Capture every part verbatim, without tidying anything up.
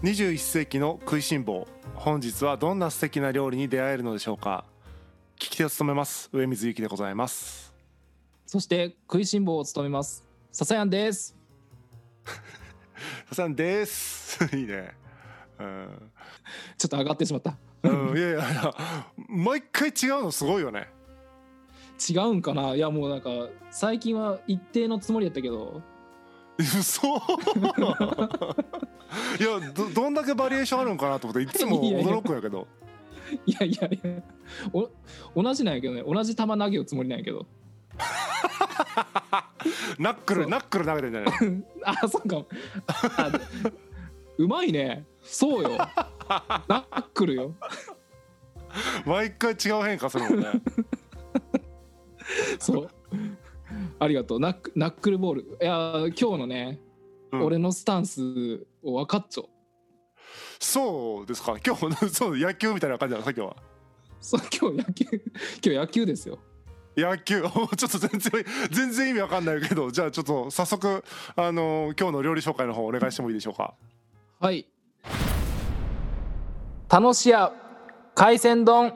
にじゅういっ世紀の食いしん坊、本日はどんな素敵な料理に出会えるのでしょうか。聞き手を務めます上水ゆきでございます。 そして食いしん坊を務めます笹やんです。 笹やんですいいね、うん、 ちょっと上がってしまった、 うん、いやいやいや毎回違うのすごいよね。 違うんかな。いやもうなんか最近は一定のつもりやったけど嘘いや ど, どんだけバリエーションあるんかなと思っていつも驚くんやけどいやいやいやお同じなんやけどね。同じ球投げるつもりなんやけどナックルナックル投げてんじゃないあ、そうかあうまいね。そうよナックルよ毎回違う変化するもんねそうありがとう。ナック、ナックルボール。いや今日のね、うん、俺のスタンスを分かっちゃう。 そうですか。今日そう野球みたいな感じなのさっきは。 そう今日野球今日野球ですよ。 野球ちょっと全然全然意味わかんないけど、じゃあちょっと早速あの今日の料理紹介の方お願いしてもいいでしょうか。 はい。楽しや海鮮丼。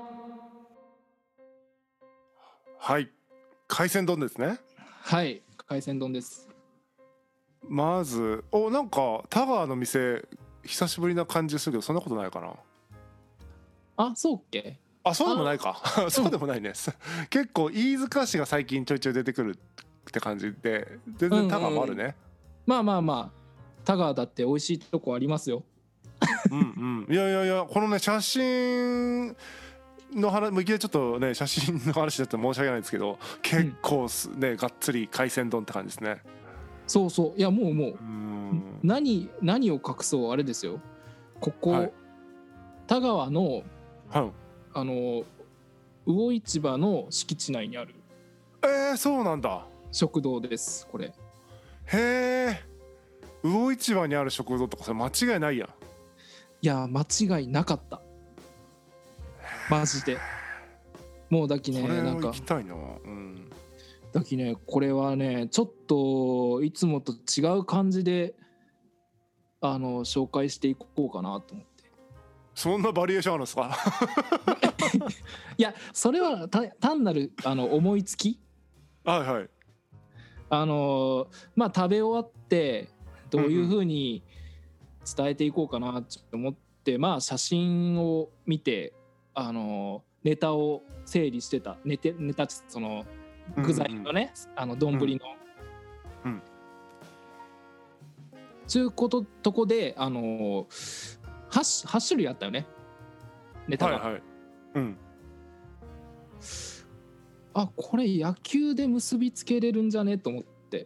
はい、海鮮丼ですね。 はい、海鮮丼です。 まずおなんか田川の店久しぶりな感じするけどそんなことないかな。 あ、そうっけ。 あ、そうでもないかそうでもないね、うん、結構飯塚市が最近ちょいちょい出てくるって感じで全然田川もあるね、うんうん、 まあまあまあ田川だって美味しいとこありますようんうん。いやいやいやこのね写真の話もいきなりちょっとね写真の話だって申し訳ないんですけど結構ね、うん、がっつり海鮮丼って感じですね。 そうそう。いやもうもう、う何何を隠そうあれですよ。ここ、はい、田川の、はい、あの魚市場の敷地内にあるえー、そうなんだ食堂ですこれ。 へえ、魚市場にある食堂とかそれ間違いないやん。 いや間違いなかったマジで。もうだきね、 これ行きたいな、うん、 だきねこれはねちょっといつもと違う感じであの紹介していこうかなと思って。 そんなバリエーションあるんですかいやそれは単なるあの思いつき。はいはい。あのまあ食べ終わってどういう風に伝えていこうかなと思って、うんうん、まあ写真を見てあのネタを整理してた。ネタネタその具材のね、うんうん、あの丼の、うんうん、ちゅうこととこであの 8, 8種類あったよねネタが。はいはい、うん、あこれ野球で結びつけれるんじゃねと思って。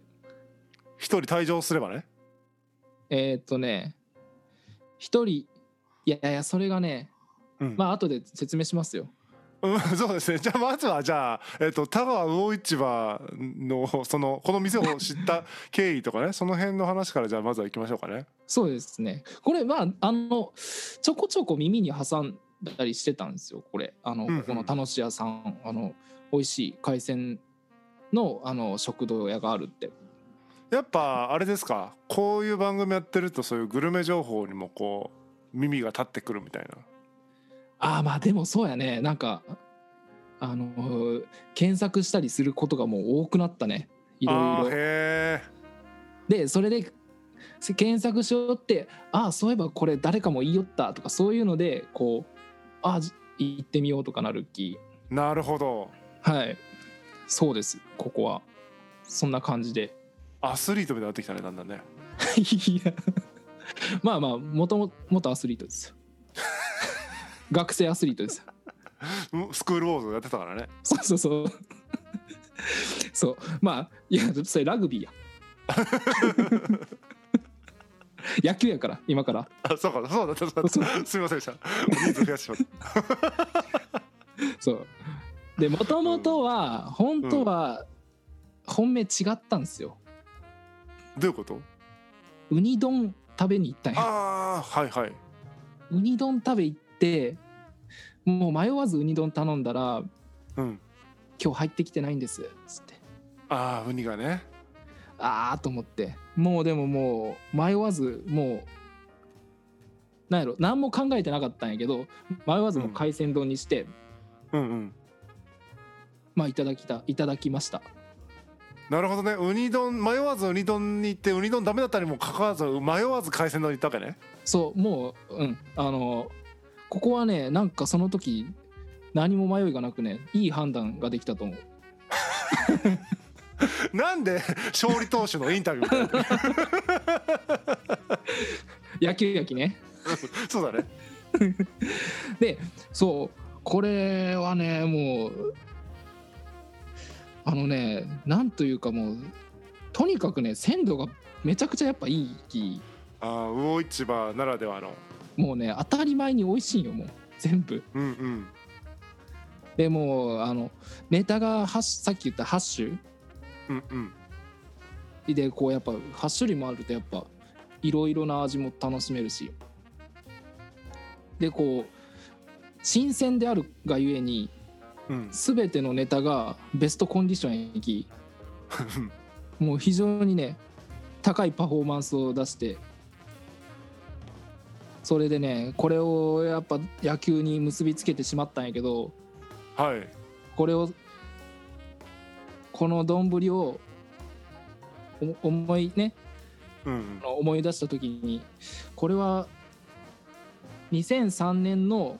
一人退場すればね。 えー、っとね一人いやいやそれがね、うん、まあ後で説明しますよ。 うん、そうですね。じゃあまずはじゃあ、えー、と田川魚市場のそのこの店を知った経緯とかねその辺の話からじゃあまずは行きましょうかね。 そうですね。これまああのちょこちょこ耳に挟んだりしてたんですよこれ。あの、うんうん、ここの楽し屋さんあの美味しい海鮮 の, あの食堂屋があるって。 やっぱあれですか、こういう番組やってるとそういうグルメ情報にもこう耳が立ってくるみたいな。 あまあでもそうやね。なんかあの検索したりすることがもう多くなったねいろいろ。へー。でそれで検索しようってああそういえばこれ誰かも言いよったとかそういうのでこうああ行ってみようとかなる気。 なるほど。 はいそうです。ここはそんな感じでアスリートみたいになってきたねだんだんねいやまあまあもともとアスリートですよ学生アスリートですスクールウォーズやってたからね。 そうそうそうそうまあいやそれラグビーや野球やから今から。 あそうかそうだったそうだったすみませんでした人数増やしましたそうでもともとは本当は本命違ったんですよ。 どういうこと？ ウニ丼食べに行ったんや。 ああはいはい。 ウニ丼食べ行ってもう迷わずウニ丼頼んだら、うん、今日入ってきてないんですつって。 ああウニがね。 ああと思ってもうでももう迷わずもなんやろ何も考えてなかったんやけど迷わずも海鮮丼にして、 うんうんうん、 まあいただきたいただきました。 なるほどね。ウニ丼迷わずウニ丼に行ってウニ丼ダメだったにもかかわらず迷わず海鮮丼に行ったわけね。 そうもううんあのここはねなんかその時何も迷いがなくねいい判断ができたと思う。 なんで勝利投手のインタビューみたいな野球焼きねそうだねでそうこれはねもうあのねなんというかもうとにかくね鮮度がめちゃくちゃやっぱいいきああ魚市場ならではのもうね当たり前に美味しいよもう全部。 うんうんでもうあのネタがはさっき言ったはち種うんうんでこうやっぱはち種類もあるとやっぱいろいろな味も楽しめるしでこう新鮮であるがゆえに、うん、全てのネタがベストコンディションに行きもう非常にね高いパフォーマンスを出してそれでねこれをやっぱ野球に結びつけてしまったんやけど、 はい、 これをこの丼を思いね、うん、思い出した時にこれはにせんさんねんの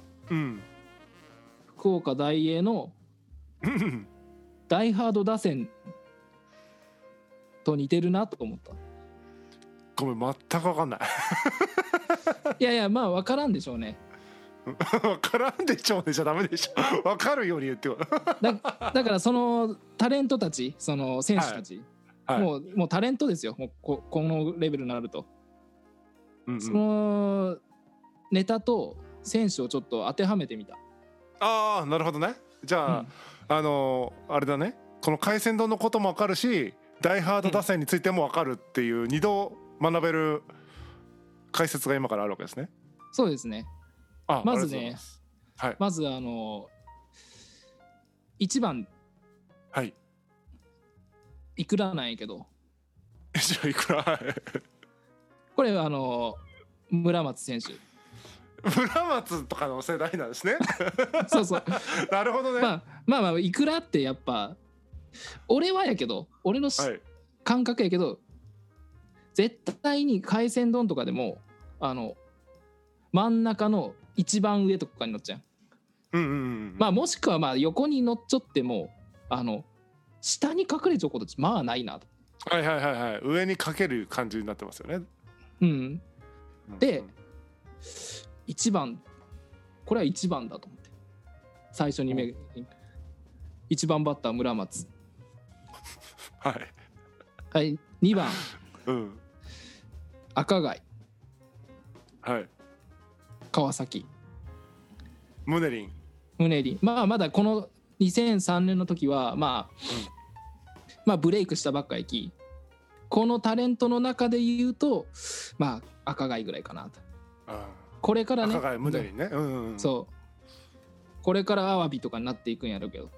福岡大英のダイハード打線と似てるなと思った。 ごめん全く分かんないいやいやまあ分からんでしょうね分からんでしょうねじゃダメでしょ分かるように言ってはだ, だからそのタレントたちその選手たち、はいはい、もうもうタレントですよもう こ, このレベルになると、うんうん、そのネタと選手をちょっと当てはめてみた。 ああなるほどね。じゃあ、うん、あのー、あれだねこの海鮮丼のことも分かるしダイハード打線についても分かるっていう二度学べる解説が今からあるわけですね。 そうですね。 あまずねま, はい、 まずあのいちばんはいいくらなんやけどじゃあいくらこれあの村松選手村松とかの世代なんですねそうそうなるほどね、 まあ、まあまあいくらってやっぱ俺はやけど俺の、はい、感覚やけど絶対に海鮮丼とかでもあの真ん中の一番上とかに乗っちゃう、うんうんうん、まあもしくはまあ横に乗っちゃってもあの下に隠れちゃうことまあないなと。 はいはいはいはい上にかける感じになってますよね。 うん、で、うんうん、いちばんこれはいちばんだと思って最初に目、うん、いちばんバッター村松はいはいにばん、 うん、 赤貝はい川崎ムネリンムネリンまあまだこのにせんさんねんの時はまあ、うん、まあブレイクしたばっかりきこのタレントの中で言うとまあ赤貝ぐらいかなと。あこれからね赤貝ムネリンね、うんうんうん、 そうこれからアワビとかになっていくんやろうけど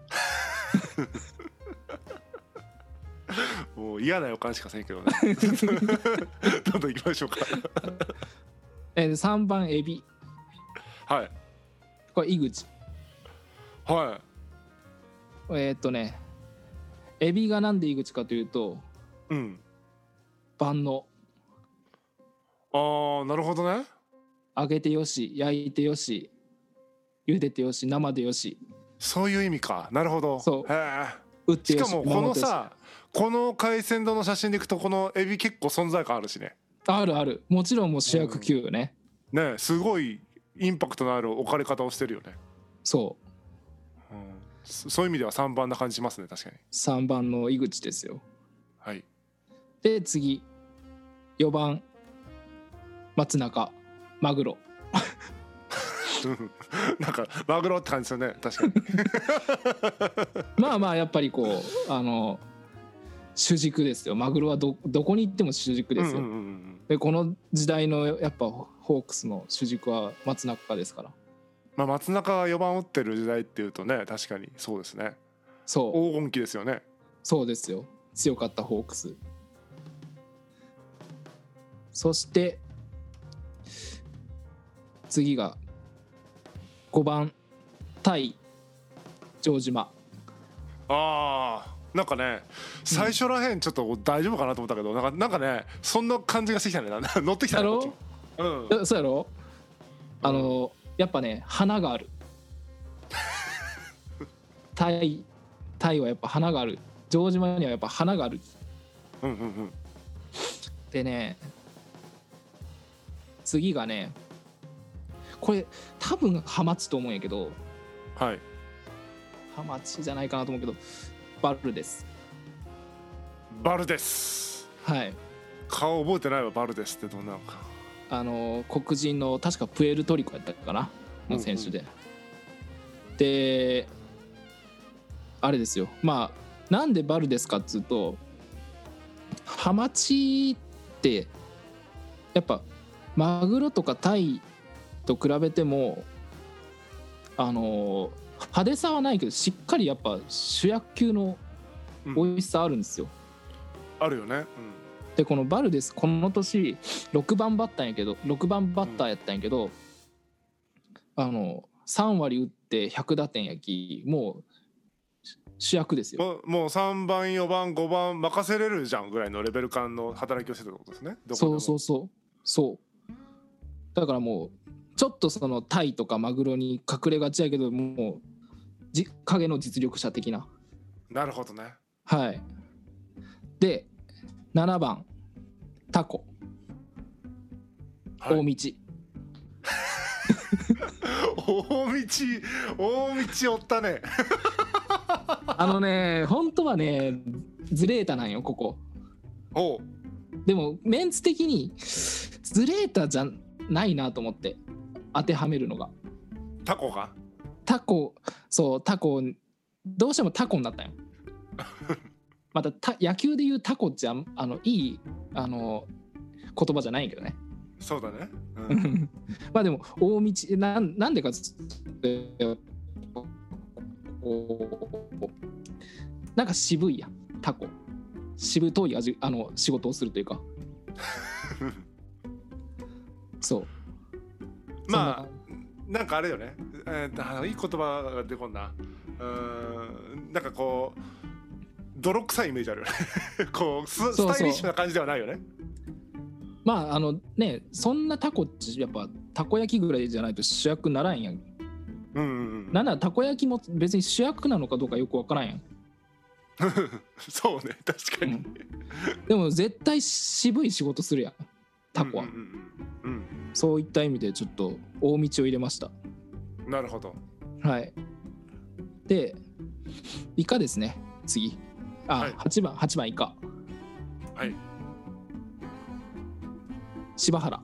もう嫌な予感しかせんけどねどんどん行きましょうかえさんばんエビはいこれ井口はいえー、っとねエビがなんで井口かというとうん万能あーなるほどね揚げてよし焼いてよし茹でてよし生でよしそういう意味かなるほどそうへ売ってよししかもこのさこの海鮮丼の写真でいくとこのエビ結構存在感あるしね。 あるあるもちろんもう主役級ね、 うん、ねすごいインパクトのある置かれ方をしてるよね。 そう、 うん、そういう意味ではさんばんな感じしますね確かに。 さんばんの井口ですよ。 はいで次よばん松中マグロなんかマグロって感じですよね確かにまあまあやっぱりこうあの主軸ですよ。マグロは ど, どこに行っても主軸ですよ、うんうんうん、でこの時代のやっぱホークスの主軸は松中ですから、 まあ、松中がよばん打ってる時代っていうとね確かにそうですね。そう黄金期ですよね。 そうですよ強かったホークス。そして次がごばんタイ城島。 あーなんかね最初らへんちょっと大丈夫かなと思ったけど、なんかなんかねそんな感じがしてきたね。乗ってきたね。 だろこっち、うん、 そうやろ。あのやっぱね花がある。タイタイはやっぱ花がある。城島にはやっぱ花がある。 うんうんうん。 でね次がねこれ多分ハマチと思うんやけど、 はい、 ハマチじゃないかなと思うけどバルです。 バルです。 はい。 顔覚えてないわ。バルですってどんなのか。 あの黒人の確かプエルトリコやったかなの選手で、うんうん、であれですよ。まあなんでバルですかっつうと、ハマチってやっぱマグロとかタイと比べてもあの派手さはないけどしっかりやっぱ主役級の美味しさあるんですよ、 うん、あるよね、うん、 でこのバルデスこの年ろくばんバッターやけどろくばんバッターやったんやけど、うん、あのさんわり打ってひゃくだてんやきもう主役ですよ。 もう、もうさんばんよばんごばん任せれるじゃんぐらいのレベル感の働きをしてたってことですね。どこでも。 そうそうそうそうだからもうちょっとそのタイとかマグロに隠れがちやけどもうじ影の実力者的な。 なるほどね。 はい。でななばんタコ、はい、大道。 大道大道おったね。 あのね本当はねズレータなんよここ。 おうでもメンツ的にズレータじゃないなと思って当てはめるのが。 タコがタコそうタコどうしてもタコになったんよ。またた野球でいうタコってああのいいあの言葉じゃないけどね。 そうだね、うん、 まあでも大道 な, なんでかつってなんか渋いやんタコ。しぶとい味あの仕事をするというか。そうまあなんかあれよね、えー、あのいい言葉が出こんな。うーんなんかこう泥臭いイメージあるよね。こう ス, スタイリッシュな感じではないよね。 まああのねそんなタコってやっぱたこ焼きぐらいじゃないと主役ならんやん。 うんうんうん、 なんならたこ焼きも別に主役なのかどうかよくわからんやん。 そうね確かに、うん、 でも絶対渋い仕事するやんタコは、うんうんうんうん、そういった意味でちょっと大道を入れました。 なるほど。 はい。でイカですね次。あ、はい、はちばんはちばんイカ。 はい。 柴原。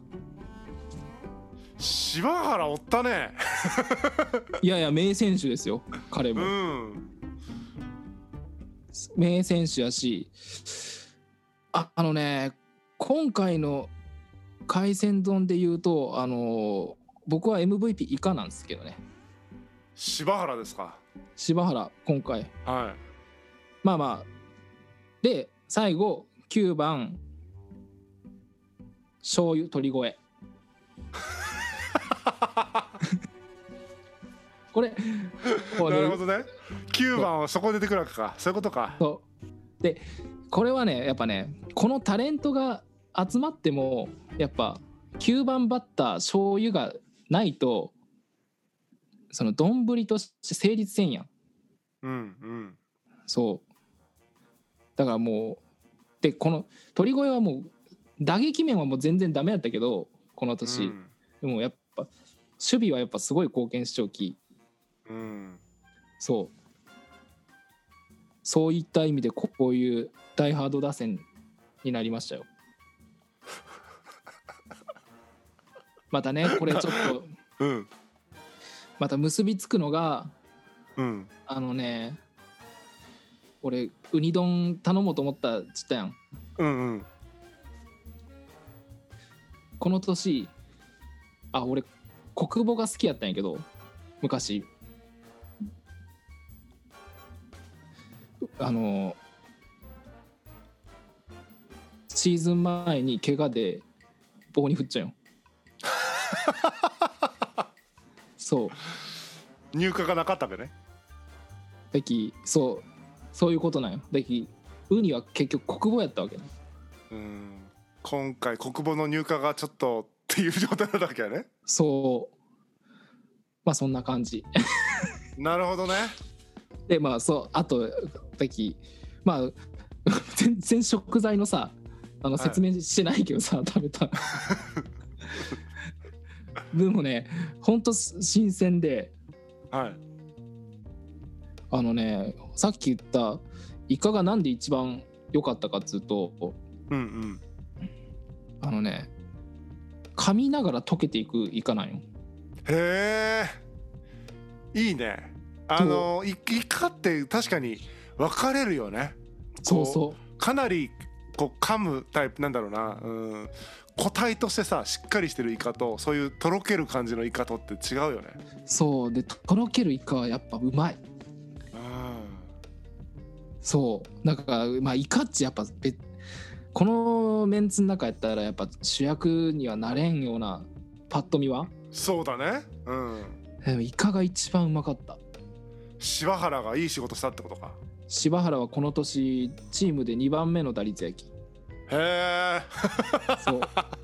柴原おったね。 いやいや名選手ですよ彼も、うん、名選手やし あ, あのね今回の海鮮丼で言うとあの僕は エムブイピー 以下なんですけどね。 柴原ですか。 柴原今回、 はい、 まあまあで最後きゅうばん醤油鳥越。これなるほどね。きゅうばんはそこ出てくるわけか。そういうことか。 そうでこれはねやっぱねこのタレントが集まってもやっぱきゅうばんバッター醤油がないとその丼として成立せんやん。 うんうん。 そうだからもうでこの鳥越はもう打撃面はもう全然ダメだったけどこの年、うん、でもやっぱ守備はやっぱすごい貢献しちゃうき、うん、そうそういった意味でこういうダイハード打線になりましたよ。またねこれちょっと、うん、また結びつくのが、うん、あのね俺ウニ丼頼もうと思ったっつったやん、うんうん、この年あ俺国母が好きやったんやけど昔あのシーズン前に怪我で棒に振っちゃうよ。 そう入荷がなかったわけね。 だきそうそういうことなんよ。だきウニは結局国母やったわけね。 うん、今回国母の入荷がちょっとっていう状態だったわけやね。 そうまあそんな感じなるほどね。 でまあそうあとだきまあ全然食材のさあの説明してないけどさ、はい、食べたでもねほんと新鮮で、 はい、 あのねさっき言ったイカがなんで一番良かったかっつうと、 うんうん、 あのね噛みながら溶けていくイカなんよ。 へえ、いいね。あのイカって確かに分かれるよね。 そうそうかなりこう噛むタイプなんだろうな、うん、個体としてさしっかりしてるイカとそういうとろける感じのイカとって違うよね。 そうでとろけるイカはやっぱうまい。そうなんかまあイカっちやっぱ別このメンツの中やったらやっぱ主役にはなれんようなパッと見はそうだね。うん。 でもイカが一番うまかった。 柴原がいい仕事したってことか。 柴原はこの年チームでにばんめの打率やき。 へえ。 そう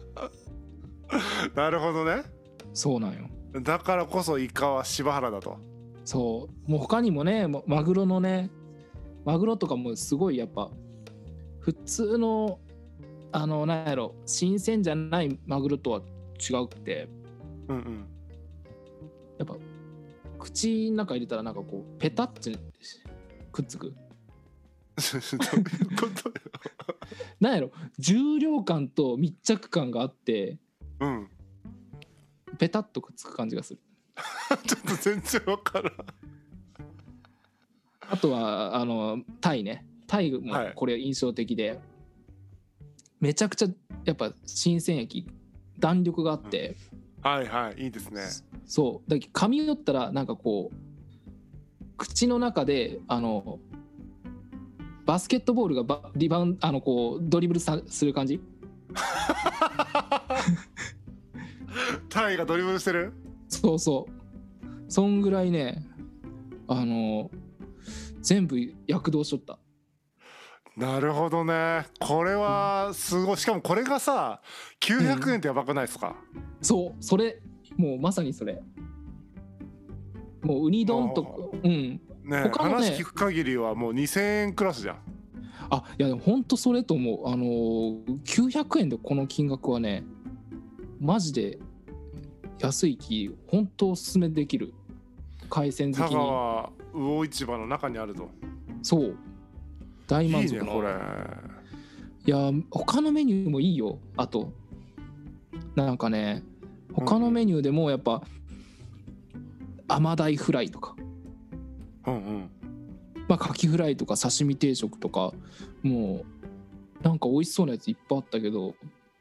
なるほどね。 そうなんよ。 だからこそイカは柴原だと。 そうもう他にもねマグロのねマグロとかもすごいやっぱ普通のあのなんやろ新鮮じゃないマグロとは違うって、 うんうん、 やっぱ口の中入れたらなんかこうペタッてくっつく。どういうことよ。 なんやろ重量感と密着感があって、 うん、 ペタッとくっつく感じがする。 ちょっと全然わからん。 あとはあのタイねタイもこれ印象的で、はい、めちゃくちゃやっぱ新鮮液弾力があって、 うん、はいはいいいですね。 そうだから噛み寄ったらなんかこう口の中であのバスケットボールがバリバウンあのこうドリブルさする感じ。 タイがドリブルしてる。 そうそうそんぐらいねあの全部躍動しとった。 なるほどね。これはすごい。しかもこれがさきゅうひゃくえんってやばくないですか、 うん、そうそれもうまさにそれもうウニ丼とかうんね、他のね話聞く限りはもうにせんえんクラスじゃん。 あいやでもほんとそれと思う。あのー、きゅうひゃくえんでこの金額はねマジで安いき本当おすすめできる。海鮮好きに。 魚市場の中にあると。 そう大満足の。いいねこれ。いや他のメニューもいいよ。あとなんかね他のメニューでもやっぱ、うん、アマダイフライとか、 うんうん、 まあカキフライとか刺身定食とかもうなんか美味しそうなやついっぱいあったけど、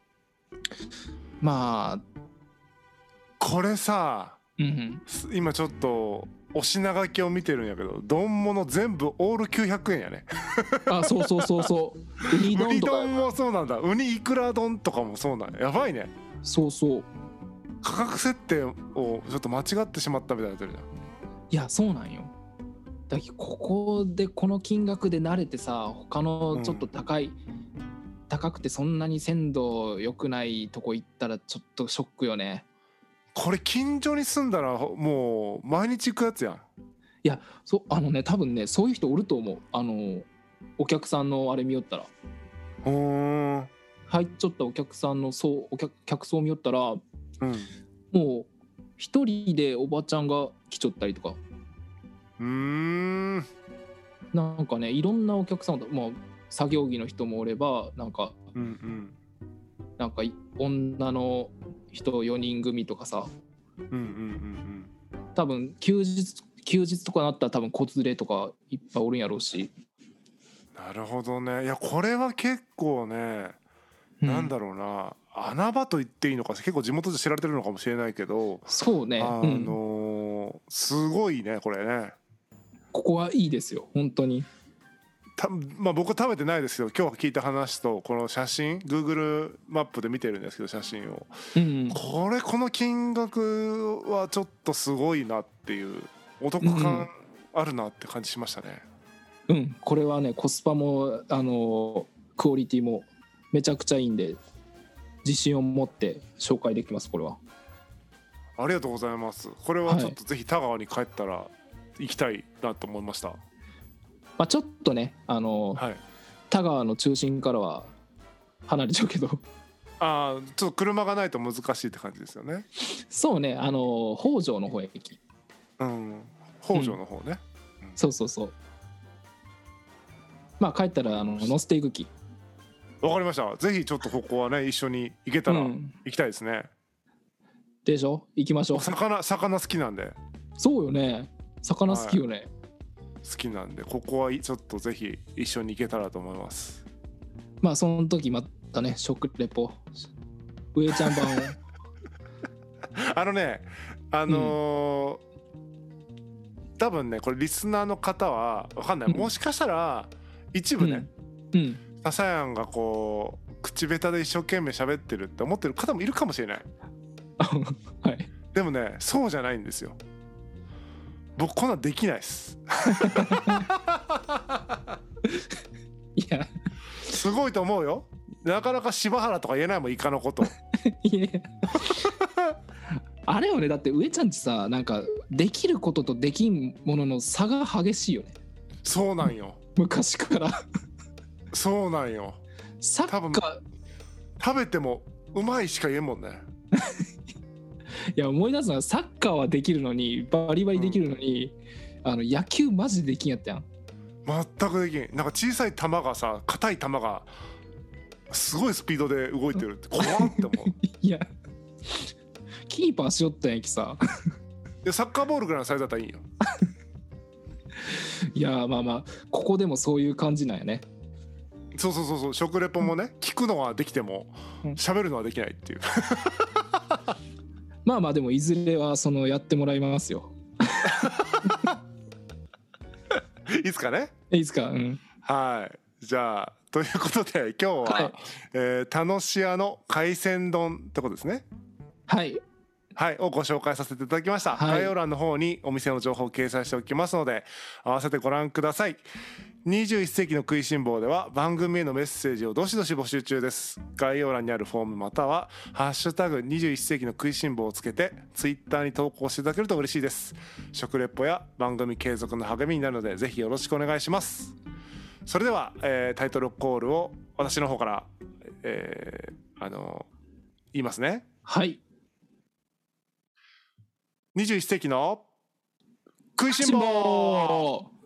まあこれさ、 うん、 今ちょっとお品書きを見てるんやけど丼物全部オールきゅうひゃくえんやね。 あそうそうそうそうウニ丼とかウニ丼もそうなんだ。ウニイクラ丼とかもそうなんや。やばいね。 そうそう価格設定をちょっと間違ってしまったみたいになってるじゃん。 いやそうなんよ。だけどここでこの金額で慣れてさ他のちょっと高い、うん、高くてそんなに鮮度良くないとこ行ったらちょっとショックよね。 これ近所に住んだらもう毎日行くやつやん。いやそあのね多分ねそういう人おると思う。あのお客さんのあれ見よったらほーん入っちょったお客さんのそうお 客, 客層見よったら、うん、もう一人でおばちゃんが来ちょったりとか。 うーんなんかねいろんなお客さん、まあ、作業着の人もおればなんか、 うんうん、 なんか女の人よにん組とかさ、 うんうんうんうん、 多分休日休日とかなったら多分子連れとかいっぱいおるんやろうし。 なるほどね。いやこれは結構ね、うん、なんだろうな穴場と言っていいのか結構地元で知られてるのかもしれないけどそうね、 あのーうん、すごいねこれね。 ここはいいですよ本当に。 た、まあ、僕食べてないですけど今日聞いた話とこの写真 Google マップで見てるんですけど写真を、うんうん、これこの金額はちょっとすごいなっていうお得感あるなって感じしましたね。 うん、うん、これはねコスパもあのクオリティもめちゃくちゃいいんで自信を持って紹介できます。これはありがとうございます。これはちょっとぜひ田川に帰ったら行きたいなと思いました。 まあ、ちょっとねあの、はい、田川の中心からは離れちゃうけどああちょっと車がないと難しいって感じですよね。 そうねあの北条の方駅、 うん北条の方ね、 うんうん、そうそうそうまあ帰ったらあの乗せていく気。 わかりました。ぜひちょっとここはね一緒に行けたら行きたいですね、うん、 でしょ。行きましょう。 魚魚好きなんで。 そうよね魚好きよね、はい、 好きなんでここはちょっとぜひ一緒に行けたらと思います。 まあその時またね食レポ上ちゃん版をあのねあのーうん、多分ねこれリスナーの方は分かんない、うん、もしかしたら一部ね、うんうん、ササヤンがこう口下手で一生懸命喋ってるって思ってる方もいるかもしれないはい、 でもねそうじゃないんですよ。僕こんなんできないっすいやすごいと思うよ。なかなか柴原とか言えないもんイカのこといやあれよねだって上ちゃんちさなんかできることとできんものの差が激しいよね。 そうなんよ昔からそうなんよ。 サッカー食べてもうまいしか言えんもんねいや思い出すのはサッカーはできるのにバリバリできるのに、うん、あの野球マジでできんやったやん。 全くできん。なんか小さい球がさ硬い球がすごいスピードで動いてるって怖って思ういやキーパーしよったんやきさいやサッカーボールぐらいのサイズだったらいいよいやまあまあここでもそういう感じなんやね。 そうそうそうそう食レポもね、うん、聞くのはできても喋、うん、るのはできないっていうまあまあでもいずれはそのやってもらいますよいいつかね。 いいつか、うん、 はいじゃあということで今日は、はい、えー、楽し屋の海鮮丼ってことですね。 はいはいをご紹介させていただきました、はい、概要欄の方にお店の情報を掲載しておきますので合わせてご覧ください。にじゅういっ世紀の食いしん坊では番組へのメッセージをどしどし募集中です。概要欄にあるフォームまたはハッシュタグにじゅういっ世紀の食いしん坊をつけてツイッターに投稿していただけると嬉しいです。食レポや番組継続の励みになるのでぜひよろしくお願いします。それでは、えー、タイトルコールを私の方から、えー、あの言いますね。 はい。 にじゅういっ世紀の食いしん坊。